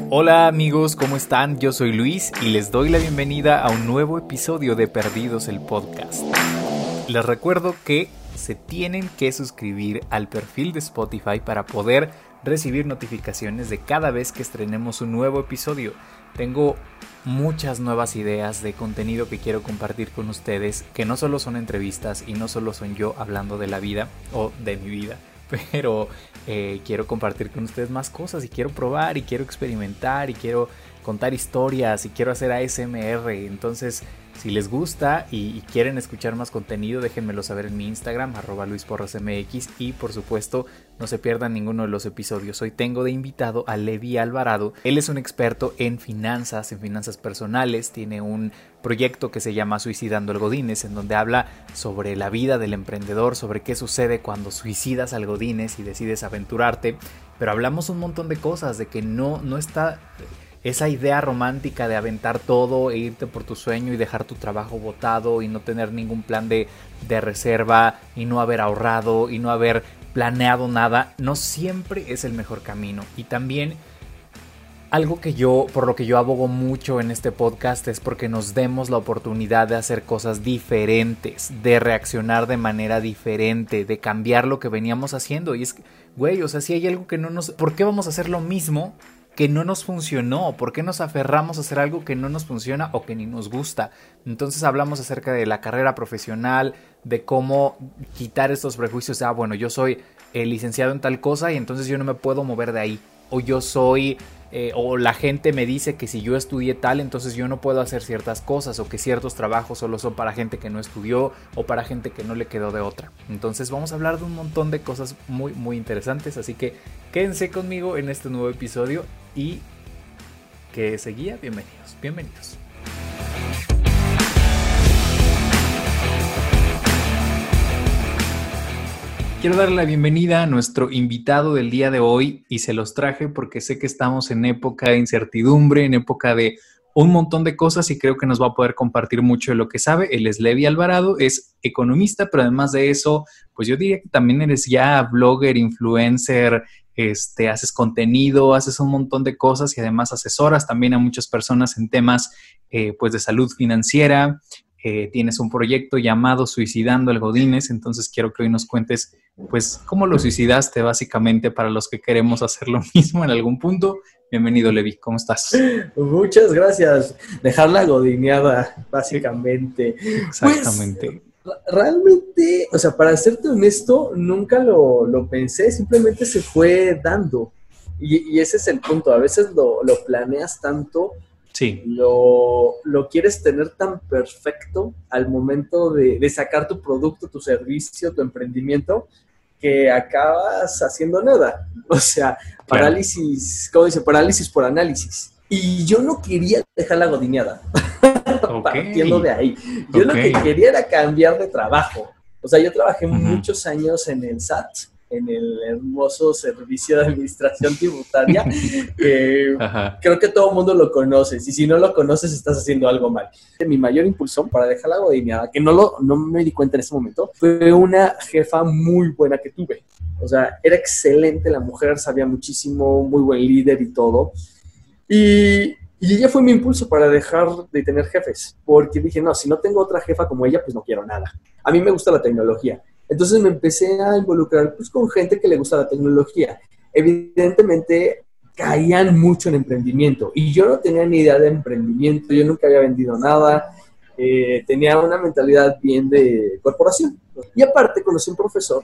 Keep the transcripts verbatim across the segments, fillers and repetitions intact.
Hola amigos, ¿cómo están? Yo soy Luis y les doy la bienvenida a un nuevo episodio de Perdidos el Podcast. Les recuerdo que se tienen que suscribir al perfil de Spotify para poder recibir notificaciones de cada vez que estrenemos un nuevo episodio. Tengo muchas nuevas ideas de contenido que quiero compartir con ustedes, que no solo son entrevistas y no solo son yo hablando de la vida o de mi vida, pero eh, quiero compartir con ustedes más cosas y quiero probar y quiero experimentar y quiero contar historias y quiero hacer A S M R. Entonces, si les gusta y, y quieren escuchar más contenido, déjenmelo saber en mi Instagram, arroba luisporrasmx, y por supuesto no se pierdan ninguno de los episodios. Hoy tengo de invitado a Levi Alvarado. Él es un experto en finanzas, en finanzas personales. Tiene un proyecto que se llama Suicidando al Godínez, en donde habla sobre la vida del emprendedor, sobre qué sucede cuando suicidas al Godínez y decides aventurarte. Pero hablamos un montón de cosas, de que no, no está esa idea romántica de aventar todo e irte por tu sueño y dejar tu trabajo botado y no tener ningún plan de, de reserva y no haber ahorrado y no haber planeado nada. No siempre es el mejor camino. Y también algo que yo, por lo que yo abogo mucho en este podcast, es porque nos demos la oportunidad de hacer cosas diferentes, de reaccionar de manera diferente, de cambiar lo que veníamos haciendo. Y es, güey, o sea, si hay algo que no nos... ¿Por qué vamos a hacer lo mismo que no nos funcionó? ¿Por qué nos aferramos a hacer algo que no nos funciona o que ni nos gusta? Entonces hablamos acerca de la carrera profesional, de cómo quitar estos prejuicios de, ah, bueno, yo soy eh, licenciado en tal cosa y entonces yo no me puedo mover de ahí. O yo soy, eh, o la gente me dice que si yo estudié tal, entonces yo no puedo hacer ciertas cosas, o que ciertos trabajos solo son para gente que no estudió o para gente que no le quedó de otra. Entonces vamos a hablar de un montón de cosas muy, muy interesantes, así que quédense conmigo en este nuevo episodio y que seguía, bienvenidos, bienvenidos. Quiero darle la bienvenida a nuestro invitado del día de hoy y se los traje porque sé que estamos en época de incertidumbre, en época de un montón de cosas y creo que nos va a poder compartir mucho de lo que sabe. Él es Levi Alvarado, es economista, pero además de eso, pues yo diría que también eres ya blogger, influencer, este, haces contenido, haces un montón de cosas y además asesoras también a muchas personas en temas eh, pues de salud financiera. Eh, tienes un proyecto llamado Suicidando al Godínez, entonces quiero que hoy nos cuentes pues cómo lo suicidaste básicamente para los que queremos hacer lo mismo en algún punto. Bienvenido, Levi, ¿cómo estás? Muchas gracias. Dejar la godineada, básicamente. Exactamente. Pues, realmente, o sea, para serte honesto, nunca lo, lo pensé, simplemente se fue dando. Y, y ese es el punto, a veces lo, lo planeas tanto. Sí. Lo, lo quieres tener tan perfecto al momento de, de sacar tu producto, tu servicio, tu emprendimiento, que acabas haciendo nada. O sea, parálisis, ¿cómo dice? Parálisis por análisis. Y yo no quería dejar la godineada, okay. Partiendo de ahí. Yo okay. Lo que quería era cambiar de trabajo. O sea, yo trabajé uh-huh. muchos años en el S A T, en el hermoso Servicio de Administración Tributaria, que Ajá. creo que todo el mundo lo conoce, y si no lo conoces estás haciendo algo mal. Mi mayor impulso para dejar la godineada, que no, lo, no me di cuenta en ese momento, fue una jefa muy buena que tuve. O sea, era excelente la mujer, sabía muchísimo, muy buen líder y todo. Y, y ella fue mi impulso para dejar de tener jefes, porque dije, no, si no tengo otra jefa como ella, pues no quiero nada. A mí me gusta la tecnología. Entonces me empecé a involucrar pues, con gente que le gusta la tecnología. Evidentemente caían mucho en emprendimiento y yo no tenía ni idea de emprendimiento, yo nunca había vendido nada, eh, tenía una mentalidad bien de corporación. Y aparte conocí un profesor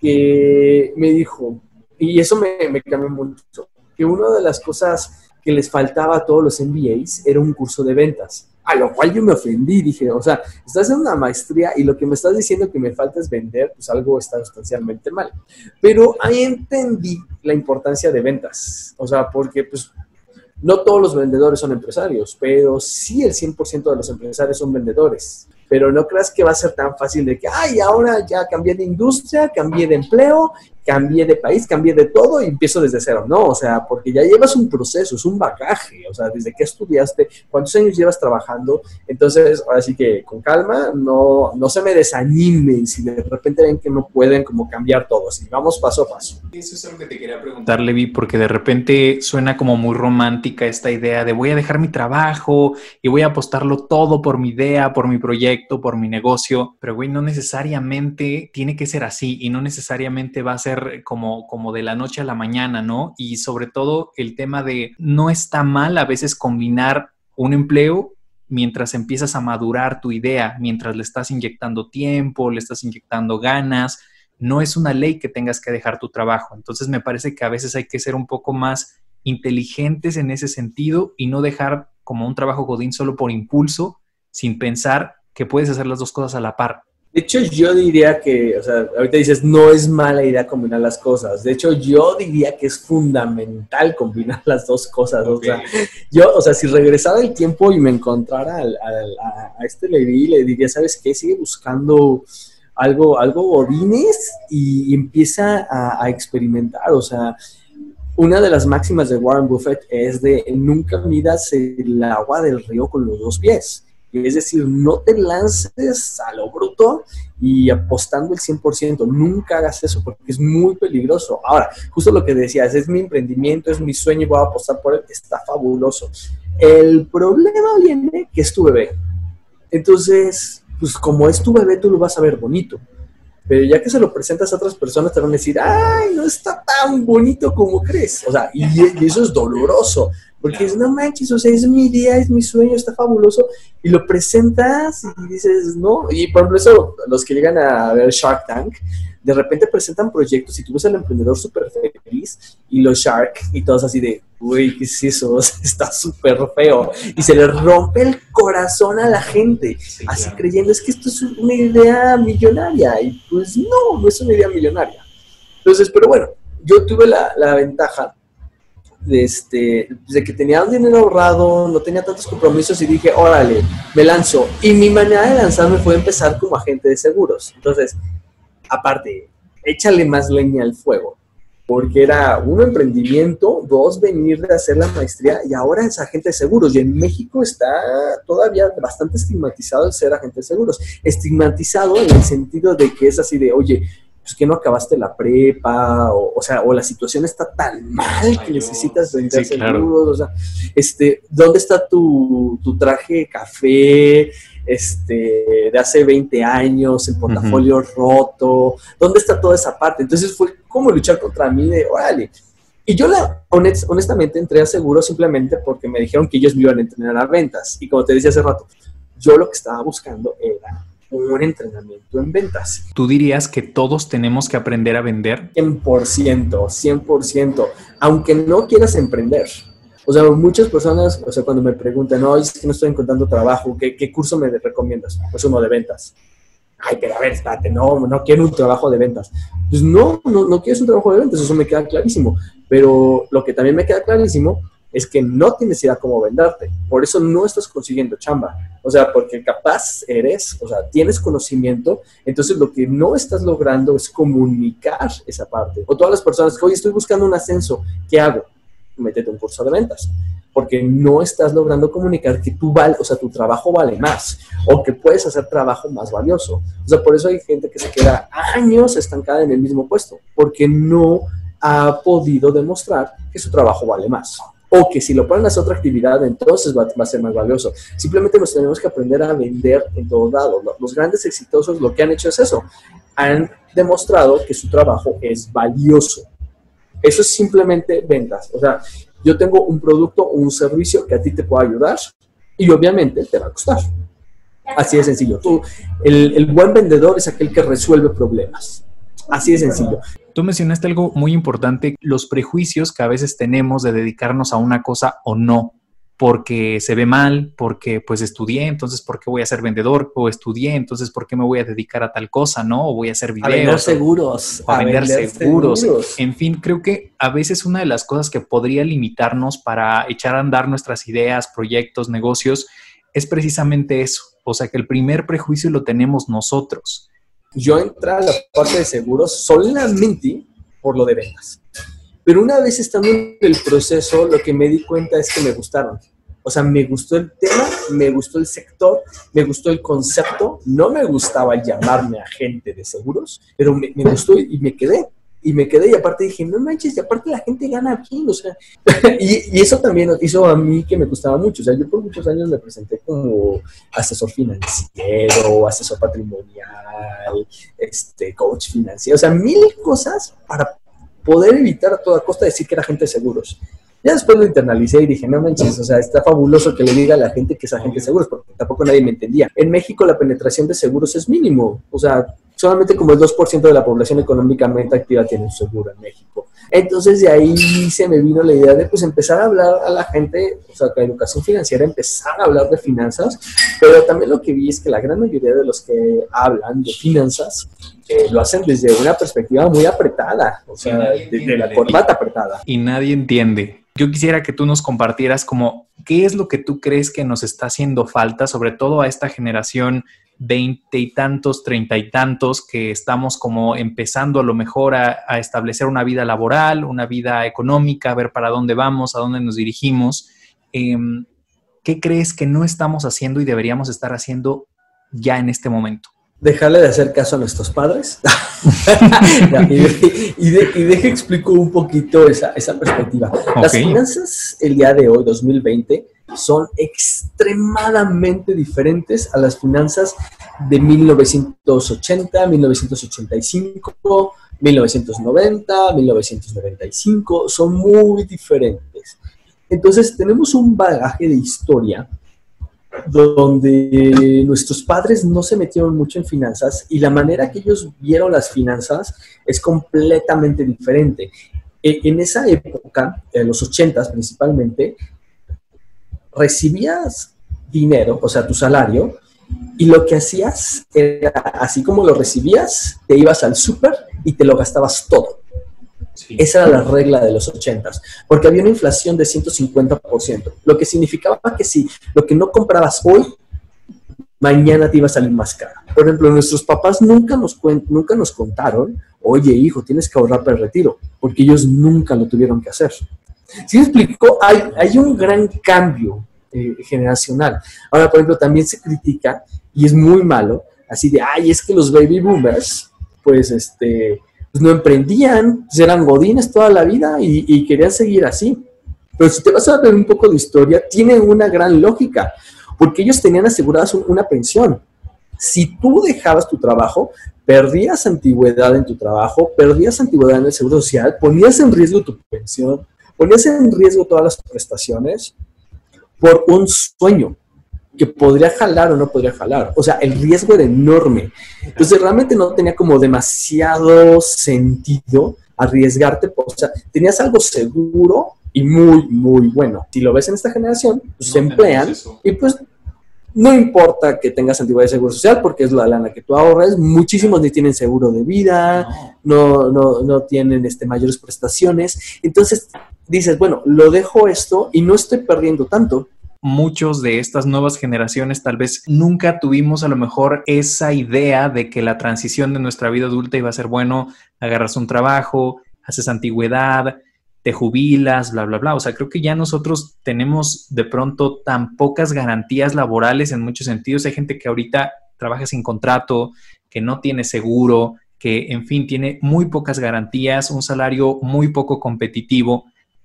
que me dijo, y eso me, me cambió mucho, que una de las cosas que les faltaba a todos los M B As era un curso de ventas. A lo cual yo me ofendí, dije, o sea, estás haciendo una maestría y lo que me estás diciendo que me falta es vender, pues algo está sustancialmente mal. Pero ahí entendí la importancia de ventas, o sea, porque pues no todos los vendedores son empresarios, pero sí el cien por ciento de los empresarios son vendedores. Pero no creas que va a ser tan fácil de que, ay, ahora ya cambié de industria, cambié de empleo cambié de país, cambié de todo y empiezo desde cero. No, o sea, porque ya llevas un proceso, es un bagaje, o sea, desde que estudiaste, cuántos años llevas trabajando. Entonces, ahora sí que con calma, no, no se me desanimen si de repente ven que no pueden como cambiar todo, así vamos paso a paso. Eso es algo que te quería preguntar, Levi, porque de repente suena como muy romántica esta idea de voy a dejar mi trabajo y voy a apostarlo todo por mi idea, por mi proyecto, por mi negocio, pero güey, no necesariamente tiene que ser así y no necesariamente va a ser como, como de la noche a la mañana, ¿no? Y sobre todo el tema de no está mal a veces combinar un empleo mientras empiezas a madurar tu idea, mientras le estás inyectando tiempo, le estás inyectando ganas. No es una ley que tengas que dejar tu trabajo. Entonces me parece que a veces hay que ser un poco más inteligentes en ese sentido y no dejar como un trabajo godín solo por impulso, sin pensar que puedes hacer las dos cosas a la par. De hecho, yo diría que, o sea, ahorita dices, no es mala idea combinar las cosas. De hecho, yo diría que es fundamental combinar las dos cosas. Okay. O sea, yo, o sea, si regresara el tiempo y me encontrara al, al, a, a este Levi, le diría, ¿sabes qué? Sigue buscando algo, algo godines y, y empieza a, a experimentar. O sea, una de las máximas de Warren Buffett es de nunca midas el agua del río con los dos pies. Es decir, no te lances a lo bruto y apostando el cien por ciento. Nunca hagas eso porque es muy peligroso. Ahora, justo lo que decías, es mi emprendimiento, es mi sueño y voy a apostar por él. Está fabuloso. El problema viene que es tu bebé. Entonces, pues como es tu bebé, tú lo vas a ver bonito. Pero ya que se lo presentas a otras personas, te van a decir, ¡ay, no está tan bonito como crees! O sea, y, y eso es doloroso. Porque es, no manches, o sea, es mi idea, es mi sueño, está fabuloso. Y lo presentas y dices, no. Y por ejemplo, eso, los que llegan a ver Shark Tank, de repente presentan proyectos y tú ves al emprendedor súper feliz y los Shark y todos así de, uy, ¿qué es eso? O sea, está súper feo. Y se le rompe el corazón a la gente, sí, así claro. Creyendo, es que esto es una idea millonaria. Y pues no, no es una idea millonaria. Entonces, pero bueno, yo tuve la, la ventaja de, este, de que tenía un dinero ahorrado, no tenía tantos compromisos y dije, órale, me lanzo. Y mi manera de lanzarme fue empezar como agente de seguros. Entonces, aparte, échale más leña al fuego, porque era un emprendimiento, dos, venir de hacer la maestría y ahora es agente de seguros. Y en México está todavía bastante estigmatizado el ser agente de seguros. Estigmatizado en el sentido de que es así de, oye, pues que no acabaste la prepa, o, o sea, o la situación está tan mal que Ay, necesitas vender sí, seguros, claro. O sea, este, ¿dónde está tu, tu traje café, este, de hace veinte años, el portafolio uh-huh. roto? ¿Dónde está toda esa parte? Entonces fue como luchar contra mí de, órale. Y yo la, honest, honestamente entré a seguros simplemente porque me dijeron que ellos me iban a entrenar a ventas. Y como te decía hace rato, yo lo que estaba buscando era un entrenamiento en ventas. ¿Tú dirías que todos tenemos que aprender a vender? cien por ciento, cien por ciento, aunque no quieras emprender. O sea, muchas personas, o sea, cuando me preguntan, no, es que no estoy encontrando trabajo, ¿qué, qué curso me recomiendas? Pues uno de ventas. Ay, pero a ver, espérate, no, no quiero un trabajo de ventas. Pues no, no, no quieres un trabajo de ventas, eso me queda clarísimo. Pero lo que también me queda clarísimo es que no tienes idea cómo venderte. Por eso no estás consiguiendo chamba. O sea, porque capaz eres, o sea, tienes conocimiento, entonces lo que no estás logrando es comunicar esa parte. O todas las personas que, oye, estoy buscando un ascenso, ¿qué hago? Métete un curso de ventas. Porque no estás logrando comunicar que tú vale, o sea, tu trabajo vale más, o que puedes hacer trabajo más valioso. O sea, por eso hay gente que se queda años estancada en el mismo puesto, porque no ha podido demostrar que su trabajo vale más. O que si lo ponen a hacer otra actividad, entonces va, va a ser más valioso. Simplemente nos tenemos que aprender a vender en todos lados. Los grandes exitosos lo que han hecho es eso. Han demostrado que su trabajo es valioso. Eso es simplemente ventas. O sea, yo tengo un producto o un servicio que a ti te puede ayudar y obviamente te va a costar. Así de sencillo. Tú, el, el buen vendedor es aquel que resuelve problemas. Así de sencillo. Tú mencionaste algo muy importante, los prejuicios que a veces tenemos de dedicarnos a una cosa o no, porque se ve mal, porque pues estudié, entonces ¿por qué voy a ser vendedor? O estudié, entonces ¿por qué me voy a dedicar a tal cosa? ¿No? O voy a hacer videos. A vender seguros. O a, a vender, vender seguros. seguros. En fin, creo que a veces una de las cosas que podría limitarnos para echar a andar nuestras ideas, proyectos, negocios, es precisamente eso. O sea, que el primer prejuicio lo tenemos nosotros. Yo entré a la parte de seguros solamente por lo de ventas. Pero una vez estando en el proceso, lo que me di cuenta es que me gustaron. O sea, me gustó el tema, me gustó el sector, me gustó el concepto. No me gustaba llamarme agente de seguros, pero me, me gustó y me quedé. Y me quedé y aparte dije, no manches, y aparte la gente gana aquí, o sea. y, y eso también hizo a mí que me gustaba mucho. O sea, yo por muchos años me presenté como asesor financiero, asesor patrimonial, este, coach financiero. O sea, mil cosas para poder evitar a toda costa decir que era agente de seguros. Ya después lo internalicé y dije, no manches, o sea, está fabuloso que le diga a la gente que es agente de seguros, porque tampoco nadie me entendía. En México la penetración de seguros es mínimo, o sea, solamente como el dos por ciento de la población económicamente activa tiene un seguro en México. Entonces de ahí se me vino la idea de pues empezar a hablar a la gente, o sea, con educación financiera, empezar a hablar de finanzas, pero también lo que vi es que la gran mayoría de los que hablan de finanzas eh, lo hacen desde una perspectiva muy apretada, o sea, desde la corbata apretada. Y nadie entiende. Yo quisiera que tú nos compartieras como qué es lo que tú crees que nos está haciendo falta, sobre todo a esta generación veinte y tantos, treinta y tantos, que estamos como empezando a lo mejor a, a establecer una vida laboral, una vida económica, a ver para dónde vamos, a dónde nos dirigimos. Eh, ¿Qué crees que no estamos haciendo y deberíamos estar haciendo ya en este momento? Dejarle de hacer caso a nuestros padres. no, y, de, y, de, y deje explico un poquito esa, esa perspectiva. Okay. Las finanzas el día de hoy, dos mil veinte, son extremadamente diferentes a las finanzas de mil novecientos ochenta, mil novecientos ochenta y cinco, mil novecientos noventa, mil novecientos noventa y cinco. Son muy diferentes. Entonces tenemos un bagaje de historia donde nuestros padres no se metieron mucho en finanzas y la manera que ellos vieron las finanzas es completamente diferente. En esa época, en los ochentas principalmente, recibías dinero, o sea, tu salario, y lo que hacías era, así como lo recibías, te ibas al súper y te lo gastabas todo. Sí. Esa era la regla de los ochentas, porque había una inflación de ciento cincuenta por ciento, lo que significaba que si lo que no comprabas hoy, mañana te iba a salir más caro. Por ejemplo, nuestros papás nunca nos, nunca nos contaron, oye hijo, tienes que ahorrar para el retiro, porque ellos nunca lo tuvieron que hacer. ¿Sí me explicó? Hay, hay un gran cambio eh, generacional. Ahora, por ejemplo, también se critica, y es muy malo, así de, ay, es que los baby boomers, pues, este... pues no emprendían, pues eran godines toda la vida y, y querían seguir así. Pero si te vas a ver un poco de historia, tiene una gran lógica, porque ellos tenían aseguradas un, una pensión. Si tú dejabas tu trabajo, perdías antigüedad en tu trabajo, perdías antigüedad en el seguro social, ponías en riesgo tu pensión, ponías en riesgo todas las prestaciones por un sueño que podría jalar o no podría jalar. O sea, el riesgo era enorme. Entonces, realmente no tenía como demasiado sentido arriesgarte. O sea, tenías algo seguro y muy, muy bueno. Si lo ves en esta generación, pues no se emplean y pues no importa que tengas antigüedad de seguro social porque es la lana que tú ahorras. Muchísimos ni tienen seguro de vida, no, no, no tienen este, mayores prestaciones. Entonces, dices, bueno, lo dejo esto y no estoy perdiendo tanto. Muchos de estas nuevas generaciones tal vez nunca tuvimos a lo mejor esa idea de que la transición de nuestra vida adulta iba a ser, bueno, agarras un trabajo, haces antigüedad, te jubilas, bla, bla, bla. O sea, creo que ya nosotros tenemos de pronto tan pocas garantías laborales en muchos sentidos. Hay gente que ahorita trabaja sin contrato, que no tiene seguro, que en fin tiene muy pocas garantías, un salario muy poco competitivo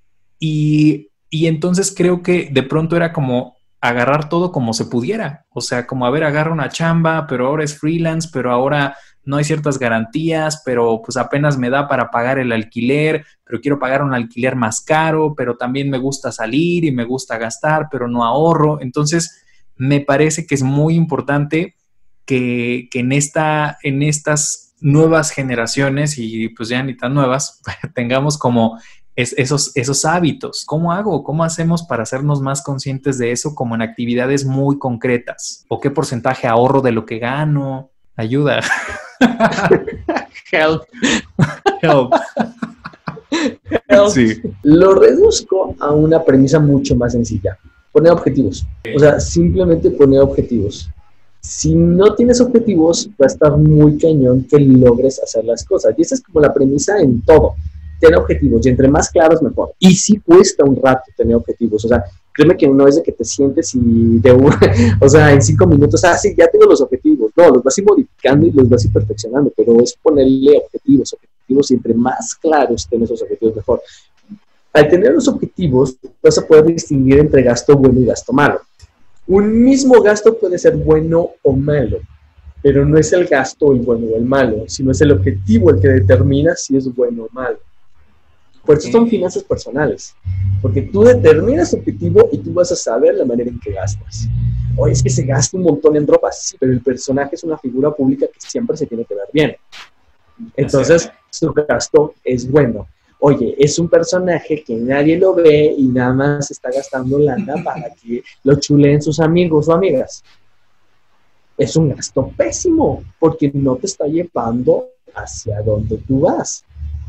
y... Y entonces creo que de pronto era como agarrar todo como se pudiera. O sea, como, a ver, agarra una chamba, pero ahora es freelance, pero ahora no hay ciertas garantías, pero pues apenas me da para pagar el alquiler, pero quiero pagar un alquiler más caro, pero también me gusta salir y me gusta gastar, pero no ahorro. Entonces, me parece que es muy importante que, que en, esta, en estas nuevas generaciones, y pues ya ni tan nuevas, tengamos como... Es esos, esos hábitos. ¿Cómo hago? ¿Cómo hacemos para hacernos más conscientes de eso como en actividades muy concretas? ¿O qué porcentaje ahorro de lo que gano? Ayuda. Help. Help. Help. Sí. Lo reduzco a una premisa mucho más sencilla. Poner objetivos. O sea, simplemente poner objetivos. Si no tienes objetivos, va a estar muy cañón que logres hacer las cosas. Y esa es como la premisa en todo. Ten objetivos y entre más claros mejor. Y sí cuesta un rato tener objetivos. O sea, créeme que no es de que te sientes y de un, o sea, en cinco minutos, ah, sí, ya tengo los objetivos. No, los vas a ir modificando y los vas a ir perfeccionando, pero es ponerle objetivos, objetivos y entre más claros ten esos objetivos mejor. Al tener los objetivos, vas a poder distinguir entre gasto bueno y gasto malo. Un mismo gasto puede ser bueno o malo, pero no es el gasto el bueno o el malo, sino es el objetivo el que determina si es bueno o malo. Por eso son finanzas personales, porque tú determinas tu objetivo y tú vas a saber la manera en que gastas. Oye, es que se gasta un montón en ropa, sí, pero el personaje es una figura pública que siempre se tiene que ver bien. Entonces, su gasto es bueno. Oye, es un personaje que nadie lo ve y nada más está gastando lana para que lo chuleen sus amigos o amigas. Es un gasto pésimo, porque no te está llevando hacia donde tú vas.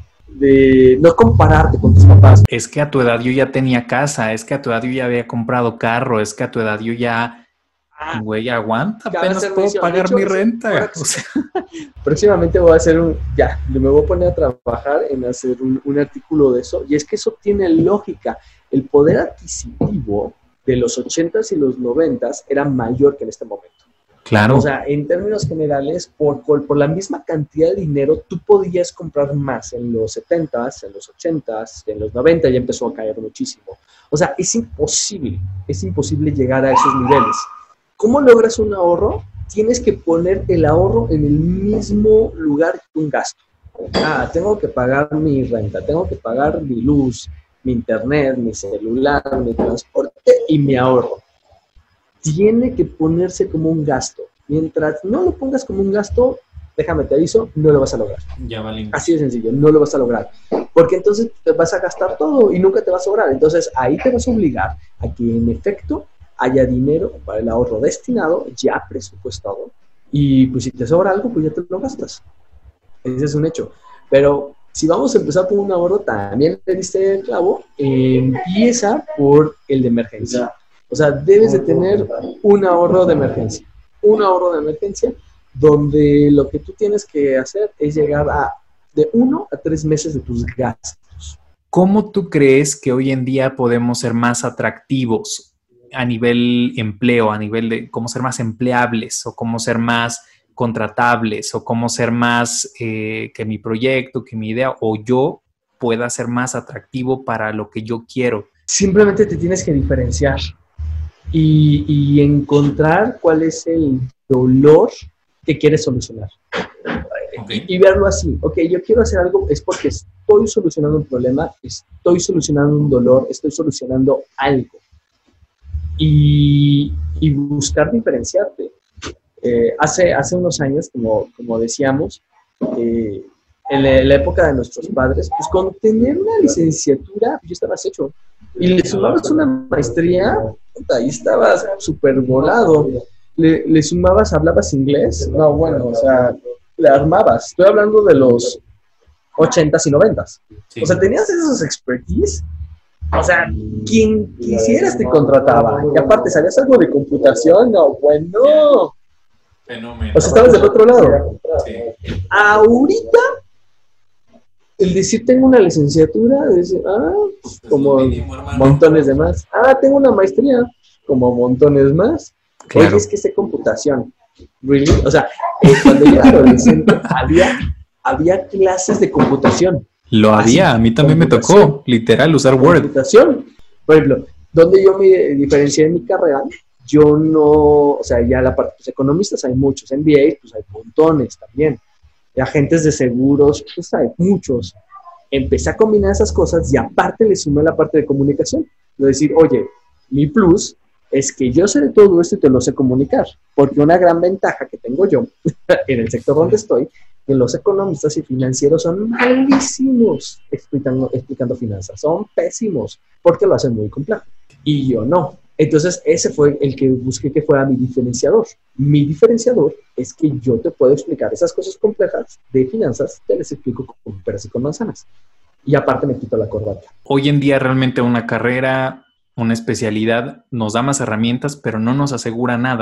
De no compararte con tus papás. Es que a tu edad yo ya tenía casa, es que a tu edad yo ya había comprado carro, es que a tu edad yo ya... Ah, güey, aguanta, apenas puedo pagar hecho, mi renta. O sea. Próximamente voy a hacer un, ya, me voy a poner a trabajar en hacer un, un artículo de eso, y es que eso tiene lógica. El poder adquisitivo de los ochentas y los noventas era mayor que en este momento. Claro. O sea, en términos generales, por, por, por la misma cantidad de dinero, tú podías comprar más en los setentas, en los ochentas, en los noventa ya empezó a caer muchísimo. O sea, es imposible, es imposible llegar a esos niveles. ¿Cómo logras un ahorro? Tienes que poner el ahorro en el mismo lugar que un gasto. Ah, tengo que pagar mi renta, tengo que pagar mi luz, mi internet, mi celular, mi transporte y mi ahorro. Tiene que ponerse como un gasto. Mientras no lo pongas como un gasto, déjame te aviso, no lo vas a lograr. Ya vale. Así de sencillo, no lo vas a lograr. Porque entonces te vas a gastar todo y nunca te va a sobrar. Entonces ahí te vas a obligar a que en efecto haya dinero para el ahorro destinado, ya presupuestado, y pues si te sobra algo, pues ya te lo gastas. Ese es un hecho. Pero si vamos a empezar por un ahorro, también le diste el clavo, eh, empieza por el de emergencia. O sea, debes de tener un ahorro de emergencia. Un ahorro de emergencia donde lo que tú tienes que hacer es llegar a de uno a tres meses de tus gastos. ¿Cómo tú crees que hoy en día podemos ser más atractivos a nivel empleo, a nivel de cómo ser más empleables o cómo ser más contratables o cómo ser más eh, que mi proyecto, que mi idea o yo pueda ser más atractivo para lo que yo quiero? Simplemente te tienes que diferenciar y, y encontrar cuál es el dolor que quieres solucionar. Okay. Y, y verlo así. Ok, yo quiero hacer algo, es porque estoy solucionando un problema, estoy solucionando un dolor, estoy solucionando algo. Y, y buscar diferenciarte. Eh, hace, hace unos años, como, como decíamos, eh, en la, en la época de nuestros padres, pues con tener una licenciatura, ya estabas hecho. Y le sumabas una maestría, ahí estabas súper volado. Le, le sumabas, hablabas inglés, no, bueno, o sea, le armabas. Estoy hablando de los ochentas y noventas. Sí. O sea, tenías esos expertise. O sea, quien quisieras te contrataba. Y aparte, ¿sabías algo de computación? No, bueno. Fenómeno. O sea, estabas del otro lado. Sí. Ahorita, el decir tengo una licenciatura, decir, ah, pues, como montones de más. Ah, tengo una maestría, como montones más. Claro. Oye, es que sé computación. ¿Really? O sea, eh, cuando yo era adolescente, había, había clases de computación. Lo había, a mí también me tocó, literal, usar Word. Computación. Por ejemplo, donde yo me diferencié en mi carrera, yo no, o sea, ya la parte, pues economistas hay muchos, M B A, pues hay montones también. Y agentes de seguros, pues hay muchos. Empecé a combinar esas cosas y aparte le sumé la parte de comunicación. Es decir, oye, mi plus es que yo sé de todo esto y te lo sé comunicar. Porque una gran ventaja que tengo yo en el sector donde estoy, que los economistas y financieros son malísimos explicando, explicando finanzas, son pésimos, porque lo hacen muy complejo. Y yo no. Entonces, ese fue el que busqué que fuera mi diferenciador. Mi diferenciador es que yo te puedo explicar esas cosas complejas de finanzas, te les explico con peras y con manzanas. Y aparte me quito la corbata. Hoy en día realmente una carrera, una especialidad nos da más herramientas, pero no nos asegura nada.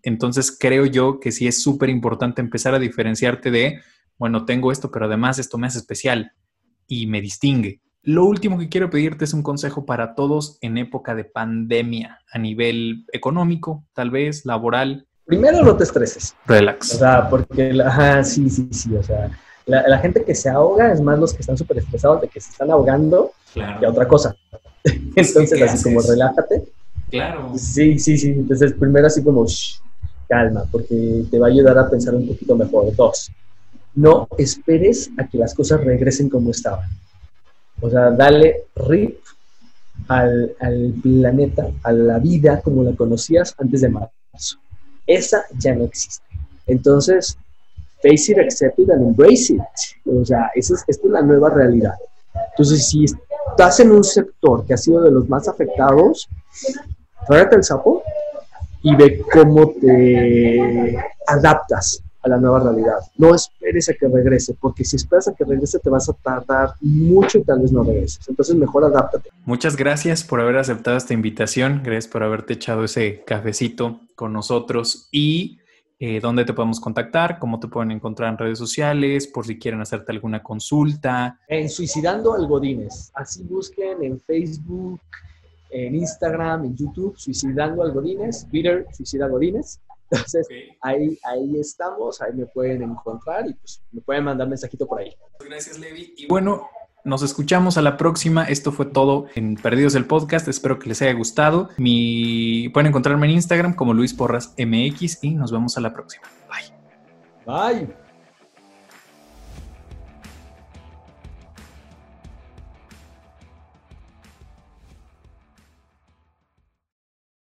Entonces creo yo que sí es súper importante empezar a diferenciarte de, bueno, tengo esto, pero además esto me hace especial y me distingue. Lo último que quiero pedirte es un consejo para todos en época de pandemia, a nivel económico, tal vez, laboral. Primero, no te estreses. Relax. O sea, porque, la, ajá, sí, sí, sí, o sea, la, la gente que se ahoga es más los que están súper estresados de que se están ahogando Claro. que otra cosa. Entonces, ¿Qué así como haces? relájate. Claro. Sí, sí, sí. Entonces, primero así como, shh, calma, porque te va a ayudar a pensar un poquito mejor. Dos, no esperes a que las cosas regresen como estaban. O sea, dale rip al, al planeta, a la vida como la conocías antes de marzo. Esa ya no existe. Entonces, face it, accept it and embrace it. O sea, esa es, esta es la nueva realidad. Entonces, si estás en un sector que ha sido de los más afectados, trágate el sapo y ve cómo te adaptas a la nueva realidad. No esperes a que regrese, porque si esperas a que regrese te vas a tardar mucho y tal vez no regreses. Entonces mejor adáptate. Muchas gracias por haber aceptado esta invitación, gracias por haberte echado ese cafecito con nosotros y eh, dónde te podemos contactar, cómo te pueden encontrar en redes sociales, por si quieren hacerte alguna consulta. En Suicidando Algodines, así busquen en Facebook, en Instagram, en YouTube, Suicidando Algodines, Twitter, Suicida Algodines. Entonces, okay. ahí, ahí estamos, ahí me pueden encontrar y pues me pueden mandar mensajito por ahí. Gracias, Levi. Y bueno, nos escuchamos a la próxima. Esto fue todo en Perdidos el Podcast. Espero que les haya gustado. Mi... Pueden encontrarme en Instagram como Luis Porras M X y nos vemos a la próxima. Bye. Bye.